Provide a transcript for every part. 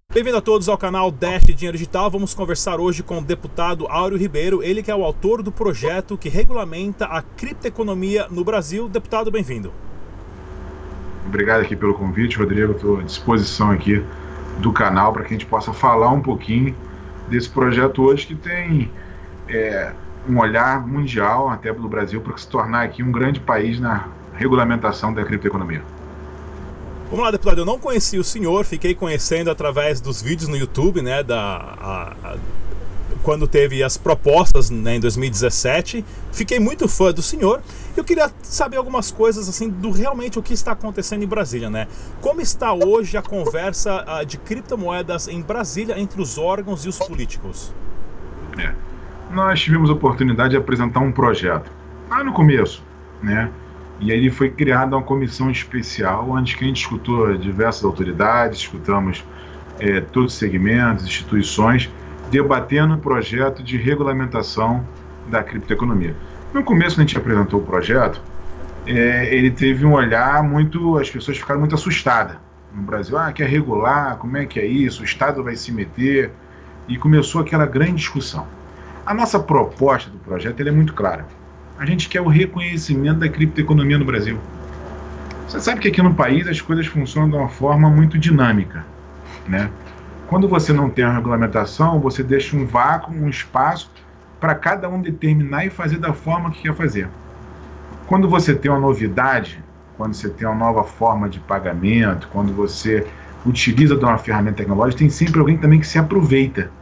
Bem-vindo a todos ao canal Dash Dinheiro Digital. Vamos conversar hoje com o deputado Áureo Ribeiro, ele que é o autor do projeto que regulamenta a criptoeconomia no Brasil. Deputado, bem-vindo. Obrigado aqui pelo convite, Rodrigo. Estou à disposição aqui do canal para que a gente possa falar um pouquinho desse projeto hoje que tem um olhar mundial até do Brasil para se tornar aqui um grande país na regulamentação da criptoeconomia. Vamos lá, deputado, eu não conheci o senhor, fiquei conhecendo através dos vídeos no YouTube, né, quando teve as propostas, né, em 2017. Fiquei muito fã do senhor. Eu queria saber algumas coisas assim do realmente o que está acontecendo em Brasília, né? Como está hoje a conversa de criptomoedas em Brasília entre os órgãos e os políticos? Nós tivemos a oportunidade de apresentar um projeto lá no começo, né? E aí foi criada uma comissão especial, onde que a gente escutou diversas autoridades, escutamos todos os segmentos, instituições, debatendo o projeto de regulamentação da criptoeconomia. No começo, quando a gente apresentou o projeto, ele teve um olhar muito... As pessoas ficaram muito assustadas no Brasil. Quer regular? Como é que é isso? O Estado vai se meter? E começou aquela grande discussão. A nossa proposta do projeto é muito clara. A gente quer o reconhecimento da criptoeconomia no Brasil. Você sabe que aqui no país as coisas funcionam de uma forma muito dinâmica, né? Quando você não tem a regulamentação, você deixa um vácuo, um espaço para cada um determinar e fazer da forma que quer fazer. Quando você tem uma novidade, quando você tem uma nova forma de pagamento, quando você utiliza de uma ferramenta tecnológica, tem sempre alguém também que se aproveita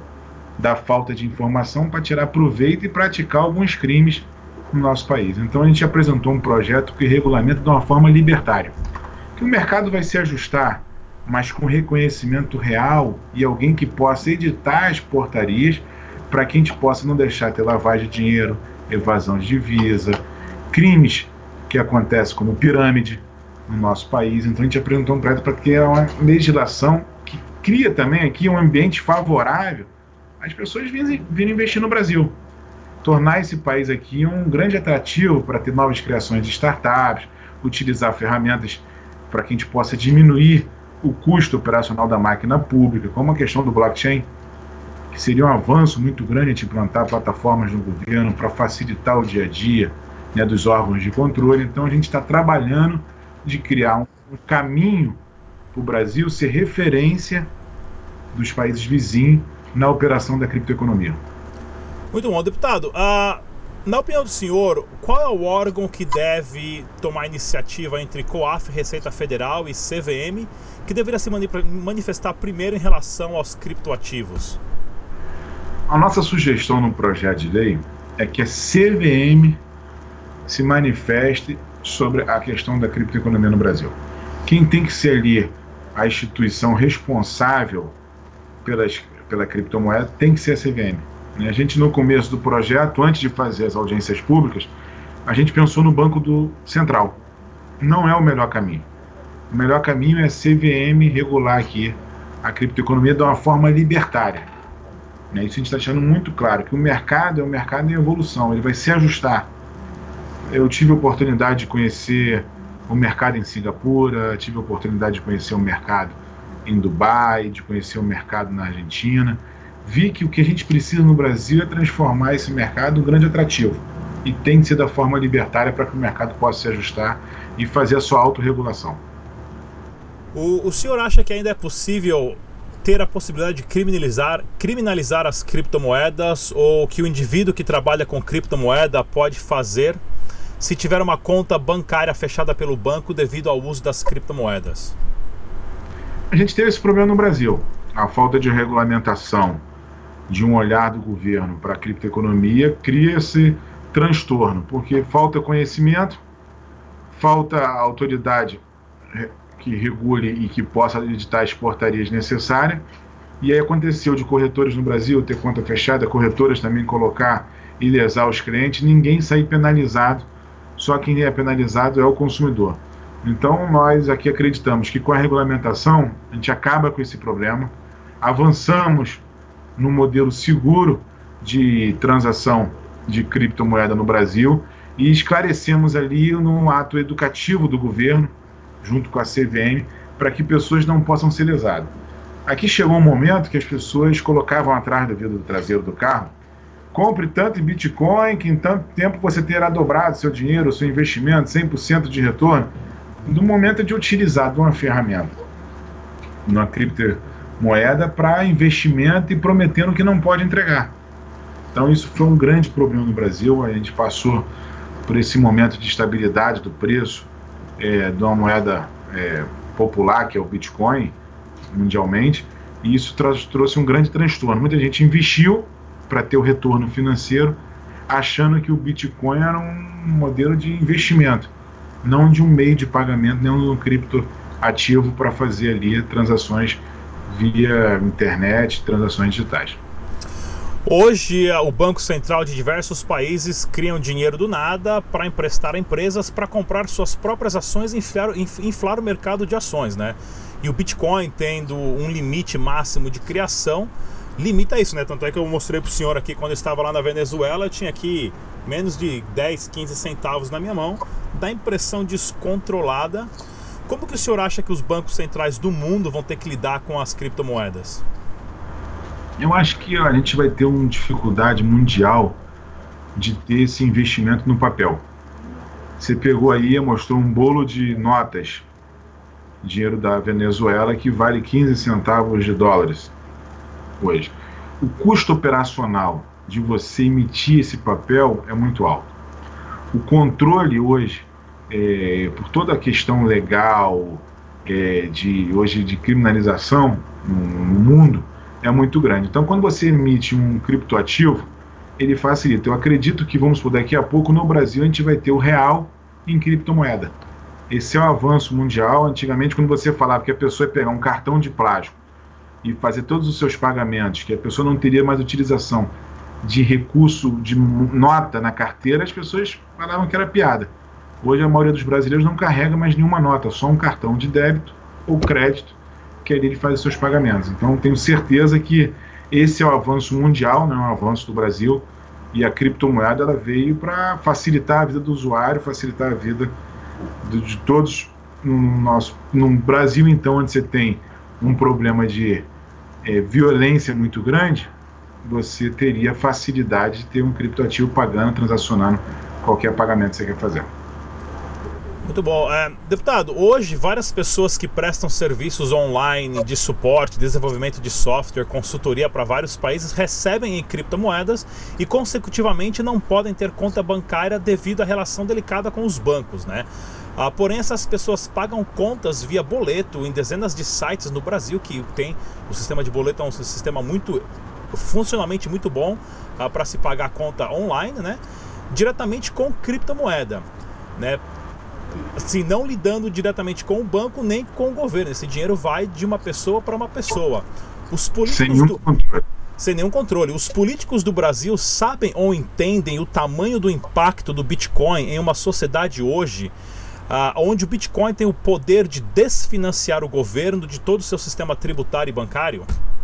da falta de informação para tirar proveito e praticar alguns crimes no nosso país. Então a gente apresentou um projeto que regulamenta de uma forma libertária, que o mercado vai se ajustar, mas com reconhecimento real e alguém que possa editar as portarias para que a gente possa não deixar ter lavagem de dinheiro, evasão de divisa, crimes que acontecem como pirâmide no nosso país. Então a gente apresentou um projeto para ter uma legislação que cria também aqui um ambiente favorável às pessoas virem investir no Brasil. Tornar esse país aqui um grande atrativo para ter novas criações de startups, utilizar ferramentas para que a gente possa diminuir o custo operacional da máquina pública, como a questão do blockchain, que seria um avanço muito grande a gente implantar plataformas no governo para facilitar o dia a dia, né, dos órgãos de controle. Então a gente está trabalhando de criar um caminho para o Brasil ser referência dos países vizinhos na operação da criptoeconomia. Muito bom, deputado. Na opinião do senhor, qual é o órgão que deve tomar iniciativa entre COAF, Receita Federal e CVM, que deveria se manifestar primeiro em relação aos criptoativos? A nossa sugestão no projeto de lei é que a CVM se manifeste sobre a questão da criptoeconomia no Brasil. Quem tem que ser ali a instituição responsável pela criptomoeda tem que ser a CVM. A gente, no começo do projeto, antes de fazer as audiências públicas, a gente pensou no Banco do Central. Não é o melhor caminho. O melhor caminho é a CVM regular aqui a criptoeconomia de uma forma libertária. Isso a gente está deixando muito claro, que o mercado é um mercado em evolução, ele vai se ajustar. Eu tive a oportunidade de conhecer o mercado em Singapura, tive a oportunidade de conhecer o mercado em Dubai, de conhecer o mercado na Argentina. Vi que o que a gente precisa no Brasil é transformar esse mercado em um grande atrativo. E tem que ser da forma libertária para que o mercado possa se ajustar e fazer a sua autorregulação. O senhor acha que ainda é possível ter a possibilidade de criminalizar as criptomoedas, ou que o indivíduo que trabalha com criptomoeda pode fazer se tiver uma conta bancária fechada pelo banco devido ao uso das criptomoedas? A gente teve esse problema no Brasil. A falta de regulamentação, de um olhar do governo para a criptoeconomia, cria esse transtorno, porque falta conhecimento, falta autoridade que regule e que possa editar as portarias necessárias. E aí aconteceu de corretores no Brasil ter conta fechada, corretoras também colocar e lesar os clientes, ninguém sair penalizado, só quem é penalizado é o consumidor. Então nós aqui acreditamos que com a regulamentação a gente acaba com esse problema, avançamos no modelo seguro de transação de criptomoeda no Brasil e esclarecemos ali num ato educativo do governo, junto com a CVM, para que pessoas não possam ser lesadas. Aqui chegou um momento que as pessoas colocavam atrás do vidro traseiro do carro: compre tanto em Bitcoin que em tanto tempo você terá dobrado seu dinheiro, seu investimento, 100% de retorno. No momento de utilizar de uma ferramenta, uma criptomoeda, para investimento e prometendo que não pode entregar. Então isso foi um grande problema no Brasil. A gente passou por esse momento de estabilidade do preço de uma moeda popular, que é o Bitcoin, mundialmente, e isso trouxe um grande transtorno. Muita gente investiu para ter o retorno financeiro, achando que o Bitcoin era um modelo de investimento, não de um meio de pagamento, nem um criptoativo para fazer ali transações via internet, transações digitais. Hoje, o Banco Central de diversos países criam dinheiro do nada para emprestar a empresas para comprar suas próprias ações e inflar o mercado de ações, né? E o Bitcoin, tendo um limite máximo de criação, limita isso, né? Tanto é que eu mostrei para o senhor aqui, quando eu estava lá na Venezuela, eu tinha aqui menos de 10, 15 centavos na minha mão, da impressão descontrolada. Como que o senhor acha que os bancos centrais do mundo vão ter que lidar com as criptomoedas? Eu acho que a gente vai ter uma dificuldade mundial de ter esse investimento no papel. Você pegou aí e mostrou um bolo de notas, dinheiro da Venezuela, que vale 15 centavos de dólares hoje. O custo operacional de você emitir esse papel é muito alto. O controle hoje, por toda a questão legal hoje de criminalização no mundo, é muito grande. Então, quando você emite um criptoativo, ele facilita. Eu acredito que, vamos por daqui a pouco, no Brasil, a gente vai ter o real em criptomoeda. Esse é o avanço mundial. Antigamente, quando você falava que a pessoa ia pegar um cartão de plástico e fazer todos os seus pagamentos, que a pessoa não teria mais utilização de recurso, de nota na carteira, as pessoas falavam que era piada. Hoje, a maioria dos brasileiros não carrega mais nenhuma nota, só um cartão de débito ou crédito, que ali ele faz os seus pagamentos. Então, tenho certeza que esse é o avanço mundial, não é um avanço do Brasil, e a criptomoeda ela veio para facilitar a vida do usuário, facilitar a vida de todos no Brasil. Então, onde você tem um problema de violência muito grande, você teria facilidade de ter um criptoativo pagando, transacionando qualquer pagamento que você quer fazer. Muito bom. Deputado, hoje várias pessoas que prestam serviços online de suporte, desenvolvimento de software, consultoria para vários países recebem em criptomoedas e consecutivamente não podem ter conta bancária devido à relação delicada com os bancos, né? Porém, essas pessoas pagam contas via boleto em dezenas de sites no Brasil que tem. O sistema de boleto é um sistema funcionalmente muito bom para se pagar a conta online, né? Diretamente com criptomoeda, né? Assim, não lidando diretamente com o banco nem com o governo. Esse dinheiro vai de uma pessoa para uma pessoa. Os políticos sem nenhum controle. Os políticos do Brasil sabem ou entendem o tamanho do impacto do Bitcoin em uma sociedade hoje, onde o Bitcoin tem o poder de desfinanciar o governo de todo o seu sistema tributário e bancário?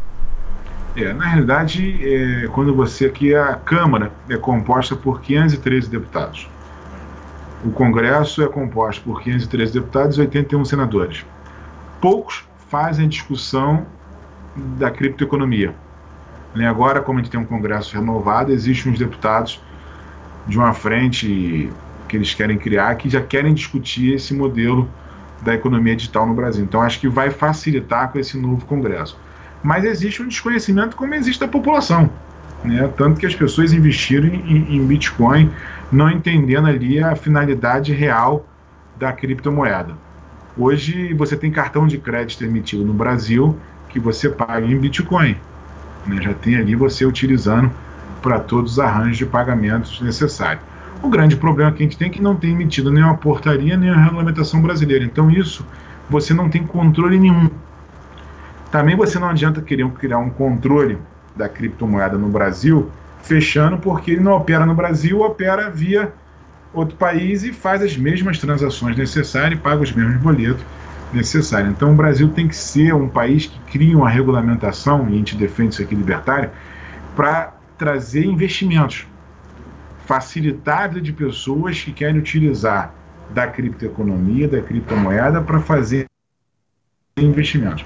Na realidade, quando você aqui, a Câmara é composta por 513 deputados. O Congresso é composto por 513 deputados e 81 senadores. Poucos fazem discussão da criptoeconomia. Agora, como a gente tem um Congresso renovado, existem uns deputados de uma frente que eles querem criar, que já querem discutir esse modelo da economia digital no Brasil. Então, acho que vai facilitar com esse novo Congresso. Mas existe um desconhecimento como existe da população, né? Tanto que as pessoas investiram em Bitcoin, não entendendo ali a finalidade real da criptomoeda. Hoje você tem cartão de crédito emitido no Brasil que você paga em Bitcoin, né? Já tem ali você utilizando para todos os arranjos de pagamentos necessários. O grande problema que a gente tem é que não tem emitido nenhuma portaria, nem a regulamentação brasileira. Então isso, você não tem controle nenhum. Também você não adianta querer criar um controle da criptomoeda no Brasil, fechando, porque ele não opera no Brasil, opera via outro país e faz as mesmas transações necessárias e paga os mesmos boletos necessários. Então o Brasil tem que ser um país que cria uma regulamentação, e a gente defende isso aqui libertário, para trazer investimentos, facilitar a vida de pessoas que querem utilizar da criptoeconomia, da criptomoeda, para fazer investimentos.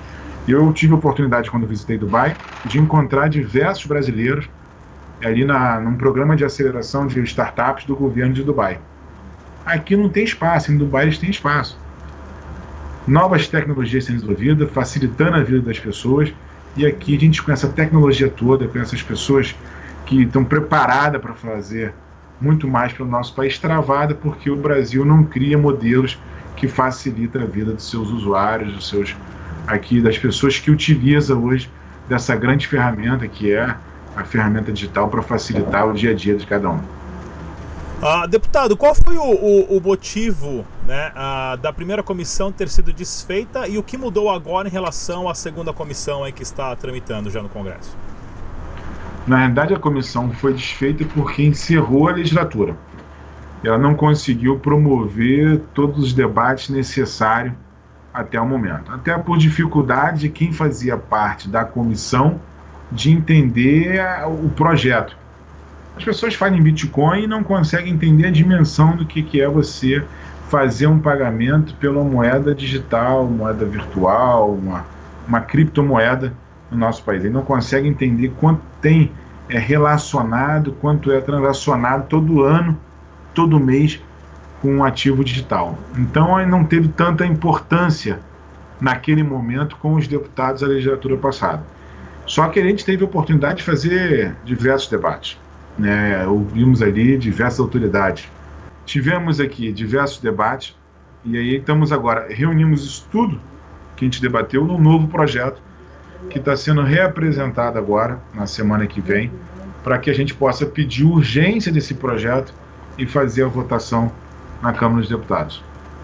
Eu tive a oportunidade, quando visitei Dubai, de encontrar diversos brasileiros ali num programa de aceleração de startups do governo de Dubai. Aqui não tem espaço, em Dubai eles têm espaço. Novas tecnologias sendo desenvolvidas, facilitando a vida das pessoas, e aqui a gente, com essa tecnologia toda, com essas pessoas que estão preparadas para fazer muito mais para o nosso país, travada porque o Brasil não cria modelos que facilitam a vida dos seus usuários, das pessoas que utilizam hoje dessa grande ferramenta que é a ferramenta digital para facilitar o dia a dia de cada um. Deputado, qual foi o motivo, né, da primeira comissão ter sido desfeita e o que mudou agora em relação à segunda comissão aí que está tramitando já no Congresso? Na realidade, a comissão foi desfeita porque encerrou a legislatura. Ela não conseguiu promover todos os debates necessários até o momento. Até por dificuldade de quem fazia parte da comissão de entender o projeto. As pessoas falam em Bitcoin e não conseguem entender a dimensão do que é você fazer um pagamento pela moeda digital, moeda virtual, uma criptomoeda no nosso país. Ele não consegue entender quanto tem relacionado, quanto é transacionado todo ano, todo mês com um ativo digital. Então, ele não teve tanta importância naquele momento com os deputados da legislatura passada. Só que a gente teve a oportunidade de fazer diversos debates, né? Ouvimos ali diversas autoridades. Tivemos aqui diversos debates e aí reunimos isso tudo que a gente debateu num novo projeto que está sendo reapresentado agora, na semana que vem, para que a gente possa pedir urgência desse projeto e fazer a votação na Câmara dos Deputados.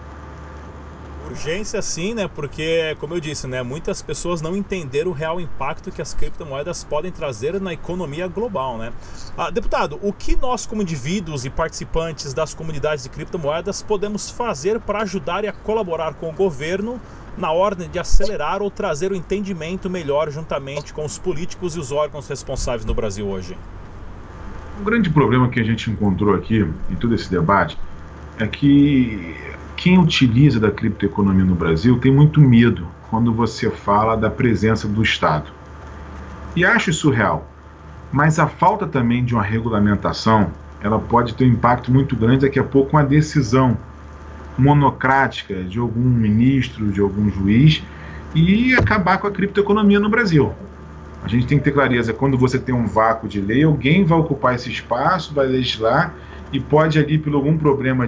Urgência sim, né? Porque, como eu disse, né, muitas pessoas não entenderam o real impacto que as criptomoedas podem trazer na economia global, né? Deputado, o que nós como indivíduos e participantes das comunidades de criptomoedas podemos fazer para ajudar e a colaborar com o governo na ordem de acelerar ou trazer o entendimento melhor juntamente com os políticos e os órgãos responsáveis no Brasil hoje? O grande problema que a gente encontrou aqui em todo esse debate é que quem utiliza da criptoeconomia no Brasil tem muito medo quando você fala da presença do Estado. E acho isso real. Mas a falta também de uma regulamentação, ela pode ter um impacto muito grande daqui a pouco com a decisão monocrática de algum ministro, de algum juiz, e acabar com a criptoeconomia no Brasil. A gente tem que ter clareza, quando você tem um vácuo de lei, alguém vai ocupar esse espaço, vai legislar, e pode ali, por algum problema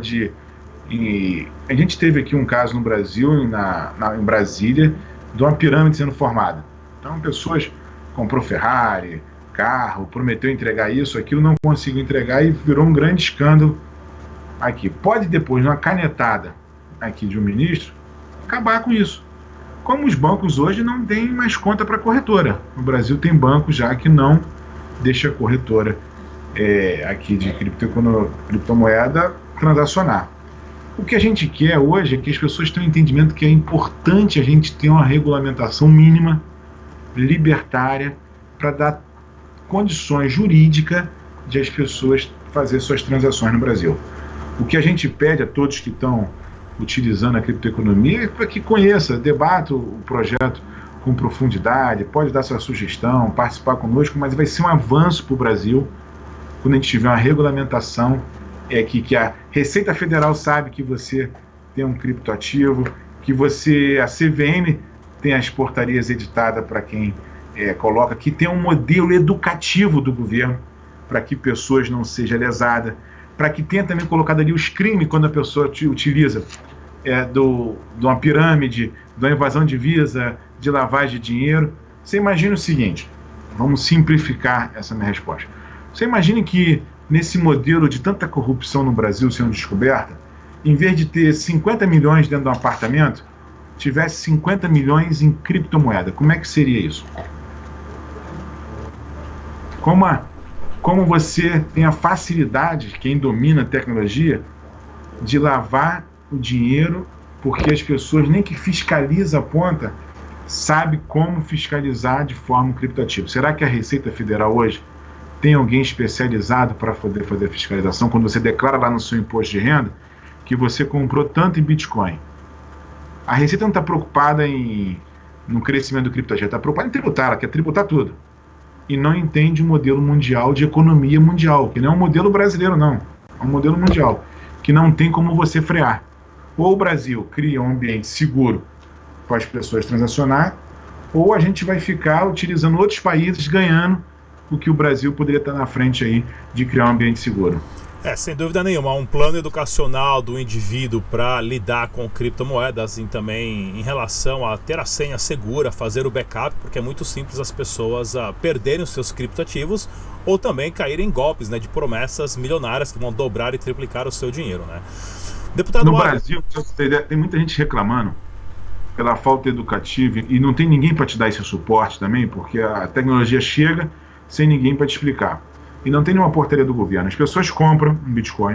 a gente teve aqui um caso no Brasil, em Brasília, de uma pirâmide sendo formada. Então, pessoas comprou Ferrari, carro, prometeu entregar isso, aquilo, não conseguiu entregar e virou um grande escândalo aqui. Pode depois, numa canetada aqui de um ministro, acabar com isso. Como os bancos hoje não têm mais conta para corretora. No Brasil tem banco já que não deixa a corretora aqui de criptomoeda transacionar. O que a gente quer hoje é que as pessoas tenham entendimento que é importante a gente ter uma regulamentação mínima, libertária, para dar condições jurídicas de as pessoas fazer suas transações no Brasil. O que a gente pede a todos que estão utilizando a criptoeconomia é para que conheça, debata o projeto com profundidade, pode dar sua sugestão, participar conosco, mas vai ser um avanço para o Brasil quando a gente tiver uma regulamentação que a Receita Federal sabe que você tem um criptoativo, que a CVM tem as portarias editadas para quem coloca, que tem um modelo educativo do governo para que pessoas não sejam lesadas, para que tenha também colocado ali os crimes quando a pessoa utiliza de uma pirâmide, de uma invasão de divisa, de lavagem de dinheiro. Você imagina o seguinte, vamos simplificar essa minha resposta. Você imagina que nesse modelo de tanta corrupção no Brasil sendo descoberta, em vez de ter 50 milhões dentro de um apartamento, tivesse 50 milhões em criptomoeda. Como é que seria isso? Como você tem a facilidade, quem domina a tecnologia, de lavar o dinheiro, porque as pessoas nem que fiscaliza a ponta, sabe como fiscalizar de forma criptoativa. Será que a Receita Federal hoje tem alguém especializado para poder fazer a fiscalização quando você declara lá no seu imposto de renda que você comprou tanto em Bitcoin? A Receita não está preocupada em no crescimento do criptoagente, está preocupada em tributar, ela quer tributar tudo. E não entende o modelo mundial de economia mundial, que não é um modelo brasileiro, não. É um modelo mundial, que não tem como você frear. Ou o Brasil cria um ambiente seguro para as pessoas transacionar, ou a gente vai ficar utilizando outros países ganhando o que o Brasil poderia estar na frente aí de criar um ambiente seguro. Sem dúvida nenhuma, um plano educacional do indivíduo para lidar com criptomoedas e também em relação a ter a senha segura, fazer o backup, porque é muito simples as pessoas perderem os seus criptoativos ou também caírem em golpes, né, de promessas milionárias que vão dobrar e triplicar o seu dinheiro, né? Deputado No Brasil, tem muita gente reclamando pela falta educativa e não tem ninguém para te dar esse suporte também, porque a tecnologia chega sem ninguém para te explicar. E não tem nenhuma portaria do governo. As pessoas compram um Bitcoin,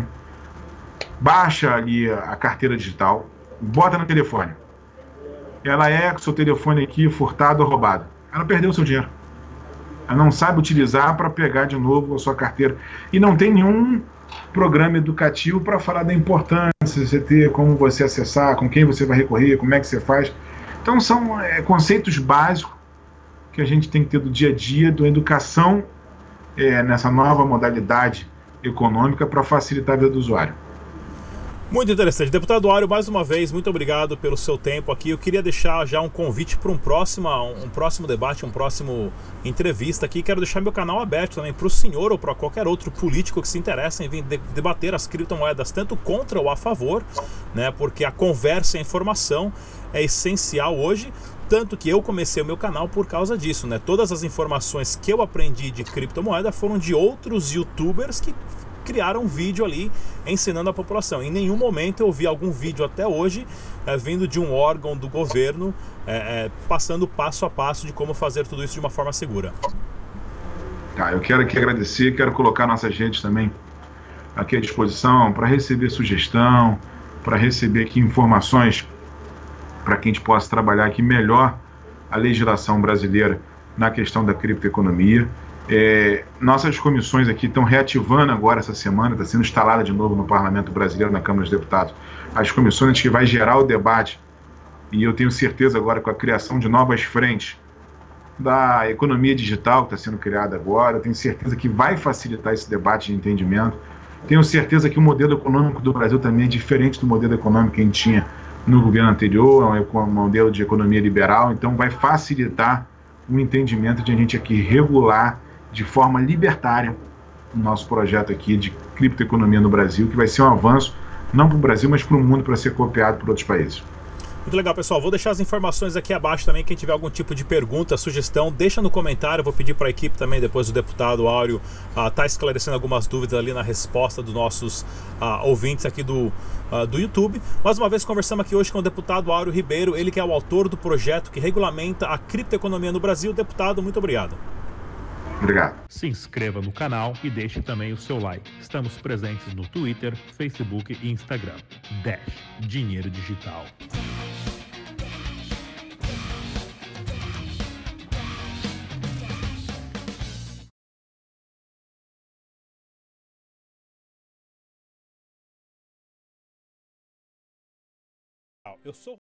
baixa ali a carteira digital, bota no telefone. Ela é com seu telefone aqui furtado ou roubado. Ela perdeu o seu dinheiro. Ela não sabe utilizar para pegar de novo a sua carteira. E não tem nenhum programa educativo para falar da importância de você ter, como você acessar, com quem você vai recorrer, como é que você faz. Então são conceitos básicos que a gente tem que ter do dia a dia, da educação nessa nova modalidade econômica para facilitar a vida do usuário. Muito interessante. Deputado Áureo, mais uma vez, muito obrigado pelo seu tempo aqui. Eu queria deixar já um convite para um próximo debate, um próximo entrevista aqui. Quero deixar meu canal aberto também para o senhor ou para qualquer outro político que se interesse em vir debater as criptomoedas, tanto contra ou a favor, né? Porque a conversa e a informação é essencial hoje. Tanto que eu comecei o meu canal por causa disso, né? Todas as informações que eu aprendi de criptomoeda foram de outros youtubers que criaram um vídeo ali ensinando a população. Em nenhum momento eu vi algum vídeo até hoje vindo de um órgão do governo passando passo a passo de como fazer tudo isso de uma forma segura. Eu quero aqui agradecer, quero colocar nossa gente também aqui à disposição para receber sugestão, para receber aqui informações para que a gente possa trabalhar aqui melhor a legislação brasileira na questão da criptoeconomia. Nossas comissões aqui estão reativando agora essa semana, está sendo instalada de novo no Parlamento Brasileiro, na Câmara dos Deputados, as comissões que vai gerar o debate, e eu tenho certeza agora com a criação de novas frentes da economia digital que está sendo criada agora, eu tenho certeza que vai facilitar esse debate de entendimento. Tenho certeza que o modelo econômico do Brasil também é diferente do modelo econômico que a gente tinha no governo anterior, é um modelo de economia liberal, então vai facilitar o entendimento de a gente aqui regular de forma libertária o nosso projeto aqui de criptoeconomia no Brasil, que vai ser um avanço, não para o Brasil, mas para o mundo, para ser copiado por outros países. Muito legal, pessoal. Vou deixar as informações aqui abaixo também. Quem tiver algum tipo de pergunta, sugestão, deixa no comentário. Vou pedir para a equipe também, depois do deputado Áureo, tá esclarecendo algumas dúvidas ali na resposta dos nossos ouvintes aqui do YouTube. Mais uma vez, conversamos aqui hoje com o deputado Áureo Ribeiro, ele que é o autor do projeto que regulamenta a criptoeconomia no Brasil. Deputado, muito obrigado. Obrigado. Se inscreva no canal e deixe também o seu like. Estamos presentes no Twitter, Facebook e Instagram. Dash Dinheiro Digital. Eu sou